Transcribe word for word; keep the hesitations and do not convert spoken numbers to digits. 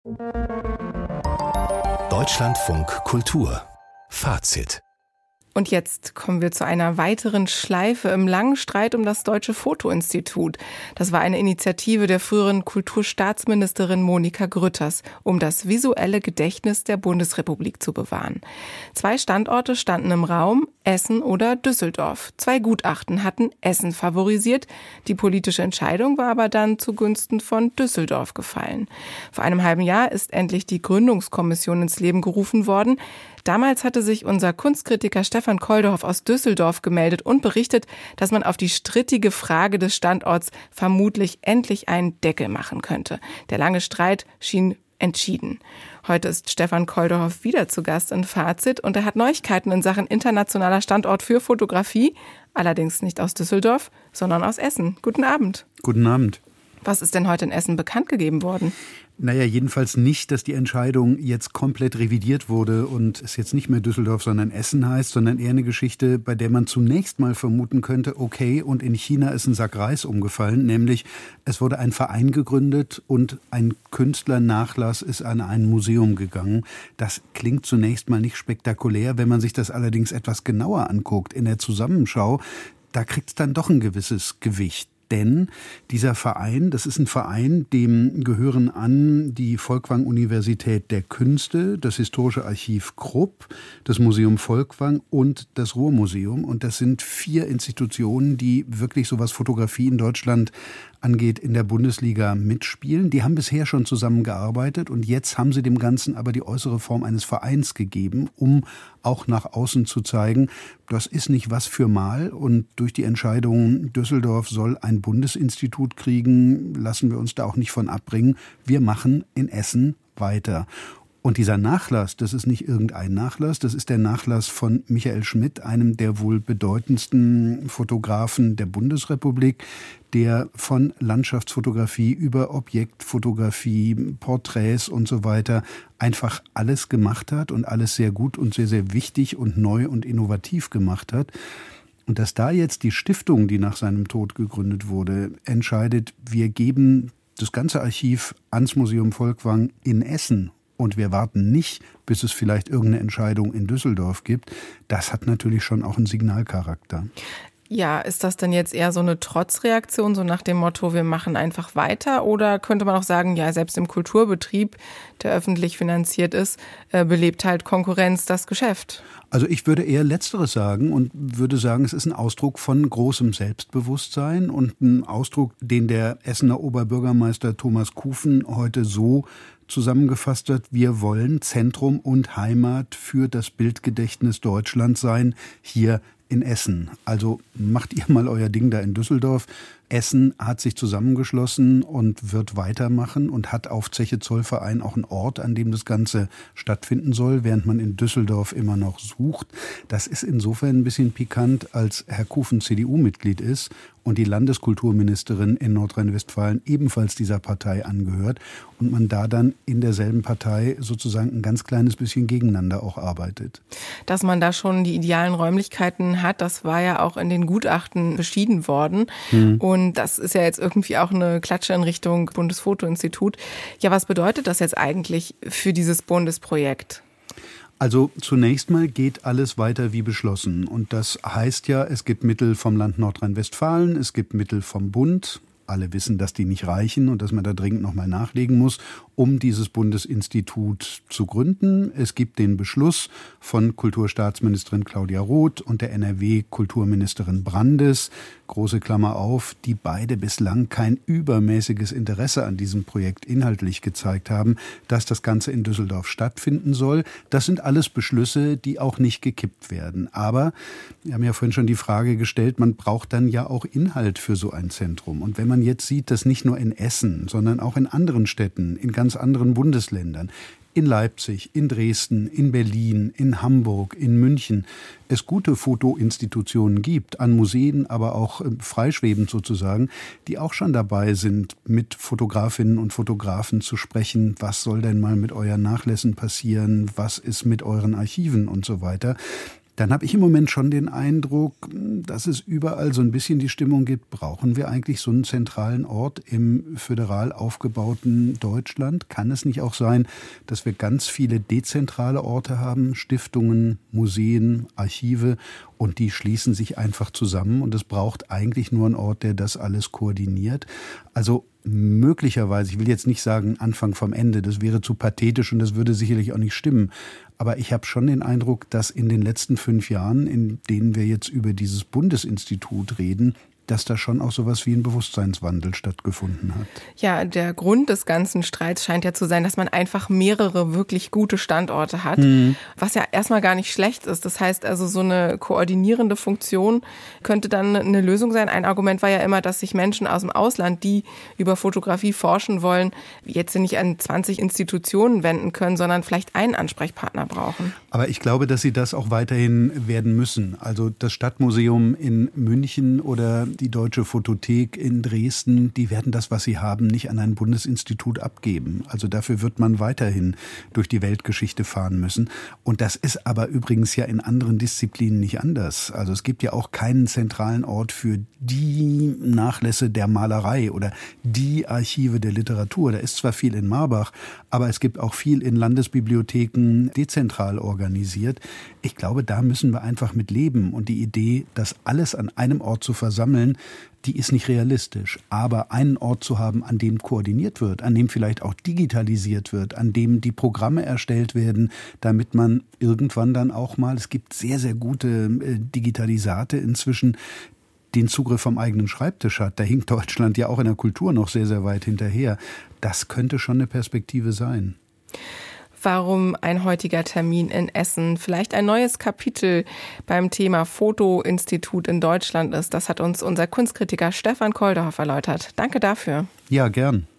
Deutschlandfunk Kultur Fazit. Und jetzt kommen wir zu einer weiteren Schleife im langen Streit um das Deutsche Foto-Institut. Das war eine Initiative der früheren Kulturstaatsministerin Monika Grütters, um das visuelle Gedächtnis der Bundesrepublik zu bewahren. Zwei Standorte standen im Raum, Essen oder Düsseldorf. Zwei Gutachten hatten Essen favorisiert. Die politische Entscheidung war aber dann zugunsten von Düsseldorf gefallen. Vor einem halben Jahr ist endlich die Gründungskommission ins Leben gerufen worden. Damals hatte sich unser Kunstkritiker Stefan Koldorf aus Düsseldorf gemeldet und berichtet, dass man auf die strittige Frage des Standorts vermutlich endlich einen Deckel machen könnte. Der lange Streit schien entschieden. Heute ist Stefan Koldorf wieder zu Gast in Fazit und er hat Neuigkeiten in Sachen internationaler Standort für Fotografie, allerdings nicht aus Düsseldorf, sondern aus Essen. Guten Abend. Guten Abend. Was ist denn heute in Essen bekannt gegeben worden? Naja, jedenfalls nicht, dass die Entscheidung jetzt komplett revidiert wurde und es jetzt nicht mehr Düsseldorf, sondern Essen heißt, sondern eher eine Geschichte, bei der man zunächst mal vermuten könnte, okay, und in China ist ein Sack Reis umgefallen, nämlich es wurde ein Verein gegründet und ein Künstlernachlass ist an ein Museum gegangen. Das klingt zunächst mal nicht spektakulär, wenn man sich das allerdings etwas genauer anguckt in der Zusammenschau, da kriegt es dann doch ein gewisses Gewicht. Denn dieser Verein, das ist ein Verein, dem gehören an die Folkwang-Universität der Künste, das Historische Archiv Krupp, das Museum Folkwang und das Ruhrmuseum. Und das sind vier Institutionen, die wirklich so was Fotografie in Deutschland angeht, in der Bundesliga mitspielen. Die haben bisher schon zusammengearbeitet und jetzt haben sie dem Ganzen aber die äußere Form eines Vereins gegeben, um auch nach außen zu zeigen, das ist nicht was für mal und durch die Entscheidung, Düsseldorf soll ein Bundesinstitut kriegen, lassen wir uns da auch nicht von abbringen. Wir machen in Essen weiter. Und dieser Nachlass, das ist nicht irgendein Nachlass, das ist der Nachlass von Michael Schmidt, einem der wohl bedeutendsten Fotografen der Bundesrepublik, der von Landschaftsfotografie über Objektfotografie, Porträts und so weiter einfach alles gemacht hat und alles sehr gut und sehr, sehr wichtig und neu und innovativ gemacht hat. Und dass da jetzt die Stiftung, die nach seinem Tod gegründet wurde, entscheidet, wir geben das ganze Archiv ans Museum Folkwang in Essen und wir warten nicht, bis es vielleicht irgendeine Entscheidung in Düsseldorf gibt, das hat natürlich schon auch einen Signalcharakter. Ja, ist das denn jetzt eher so eine Trotzreaktion, so nach dem Motto, wir machen einfach weiter? Oder könnte man auch sagen, ja, selbst im Kulturbetrieb, der öffentlich finanziert ist, belebt halt Konkurrenz das Geschäft? Also ich würde eher Letzteres sagen und würde sagen, es ist ein Ausdruck von großem Selbstbewusstsein und ein Ausdruck, den der Essener Oberbürgermeister Thomas Kufen heute so zusammengefasst hat: Wir wollen Zentrum und Heimat für das Bildgedächtnis Deutschlands sein, hier in Essen. Also macht ihr mal euer Ding da in Düsseldorf. Essen hat sich zusammengeschlossen und wird weitermachen und hat auf Zeche Zollverein auch einen Ort, an dem das Ganze stattfinden soll, während man in Düsseldorf immer noch sucht. Das ist insofern ein bisschen pikant, als Herr Kufen C D U-Mitglied ist und die Landeskulturministerin in Nordrhein-Westfalen ebenfalls dieser Partei angehört und man da dann in derselben Partei sozusagen ein ganz kleines bisschen gegeneinander auch arbeitet. Dass man da schon die idealen Räumlichkeiten hat, das war ja auch in den Gutachten beschieden worden. Hm. Und Und das ist ja jetzt irgendwie auch eine Klatsche in Richtung Bundesfotoinstitut. Ja, was bedeutet das jetzt eigentlich für dieses Bundesprojekt? Also zunächst mal geht alles weiter wie beschlossen. Und das heißt ja, es gibt Mittel vom Land Nordrhein-Westfalen, es gibt Mittel vom Bund. Alle wissen, dass die nicht reichen und dass man da dringend nochmal nachlegen muss, um dieses Bundesinstitut zu gründen. Es gibt den Beschluss von Kulturstaatsministerin Claudia Roth und der N R W-Kulturministerin Brandes, große Klammer auf, die beide bislang kein übermäßiges Interesse an diesem Projekt inhaltlich gezeigt haben, dass das Ganze in Düsseldorf stattfinden soll. Das sind alles Beschlüsse, die auch nicht gekippt werden. Aber wir haben ja vorhin schon die Frage gestellt, man braucht dann ja auch Inhalt für so ein Zentrum. Und wenn man jetzt sieht, dass nicht nur in Essen, sondern auch in anderen Städten, in ganz anderen Bundesländern, in Leipzig, in Dresden, in Berlin, in Hamburg, in München es gute Fotoinstitutionen gibt, an Museen, aber auch freischwebend sozusagen, die auch schon dabei sind, mit Fotografinnen und Fotografen zu sprechen, was soll denn mal mit euren Nachlässen passieren, was ist mit euren Archiven und so weiter. dann habe ich im Moment schon den Eindruck, dass es überall so ein bisschen die Stimmung gibt, brauchen wir eigentlich so einen zentralen Ort im föderal aufgebauten Deutschland? Kann es nicht auch sein, dass wir ganz viele dezentrale Orte haben, Stiftungen, Museen, Archive, und die schließen sich einfach zusammen und es braucht eigentlich nur einen Ort, der das alles koordiniert? Also möglicherweise, ich will jetzt nicht sagen Anfang vom Ende, das wäre zu pathetisch und das würde sicherlich auch nicht stimmen. Aber ich habe schon den Eindruck, dass in den letzten fünf Jahren, in denen wir jetzt über dieses Bundesinstitut reden, dass da schon auch sowas wie ein Bewusstseinswandel stattgefunden hat. Ja, der Grund des ganzen Streits scheint ja zu sein, dass man einfach mehrere wirklich gute Standorte hat, mhm. was ja erstmal gar nicht schlecht ist. Das heißt also, so eine koordinierende Funktion könnte dann eine Lösung sein. Ein Argument war ja immer, dass sich Menschen aus dem Ausland, die über Fotografie forschen wollen, jetzt nicht an zwanzig Institutionen wenden können, sondern vielleicht einen Ansprechpartner brauchen. Aber ich glaube, dass sie das auch weiterhin werden müssen. Also das Stadtmuseum in München oder die Deutsche Fotothek in Dresden, die werden das, was sie haben, nicht an ein Bundesinstitut abgeben. Also dafür wird man weiterhin durch die Weltgeschichte fahren müssen. Und das ist aber übrigens ja in anderen Disziplinen nicht anders. Also es gibt ja auch keinen zentralen Ort für die Nachlässe der Malerei oder die Archive der Literatur. Da ist zwar viel in Marbach, aber es gibt auch viel in Landesbibliotheken dezentral organisiert. Ich glaube, da müssen wir einfach mit leben. Und die Idee, das alles an einem Ort zu versammeln, die ist nicht realistisch. Aber einen Ort zu haben, an dem koordiniert wird, an dem vielleicht auch digitalisiert wird, an dem die Programme erstellt werden, damit man irgendwann dann auch mal, es gibt sehr, sehr gute äh, Digitalisate inzwischen, den Zugriff vom eigenen Schreibtisch hat. Da hinkt Deutschland ja auch in der Kultur noch sehr, sehr weit hinterher. Das könnte schon eine Perspektive sein. Warum ein heutiger Termin in Essen vielleicht ein neues Kapitel beim Thema Fotoinstitut in Deutschland ist, das hat uns unser Kunstkritiker Stefan Koldorf erläutert. Danke dafür. Ja, gern.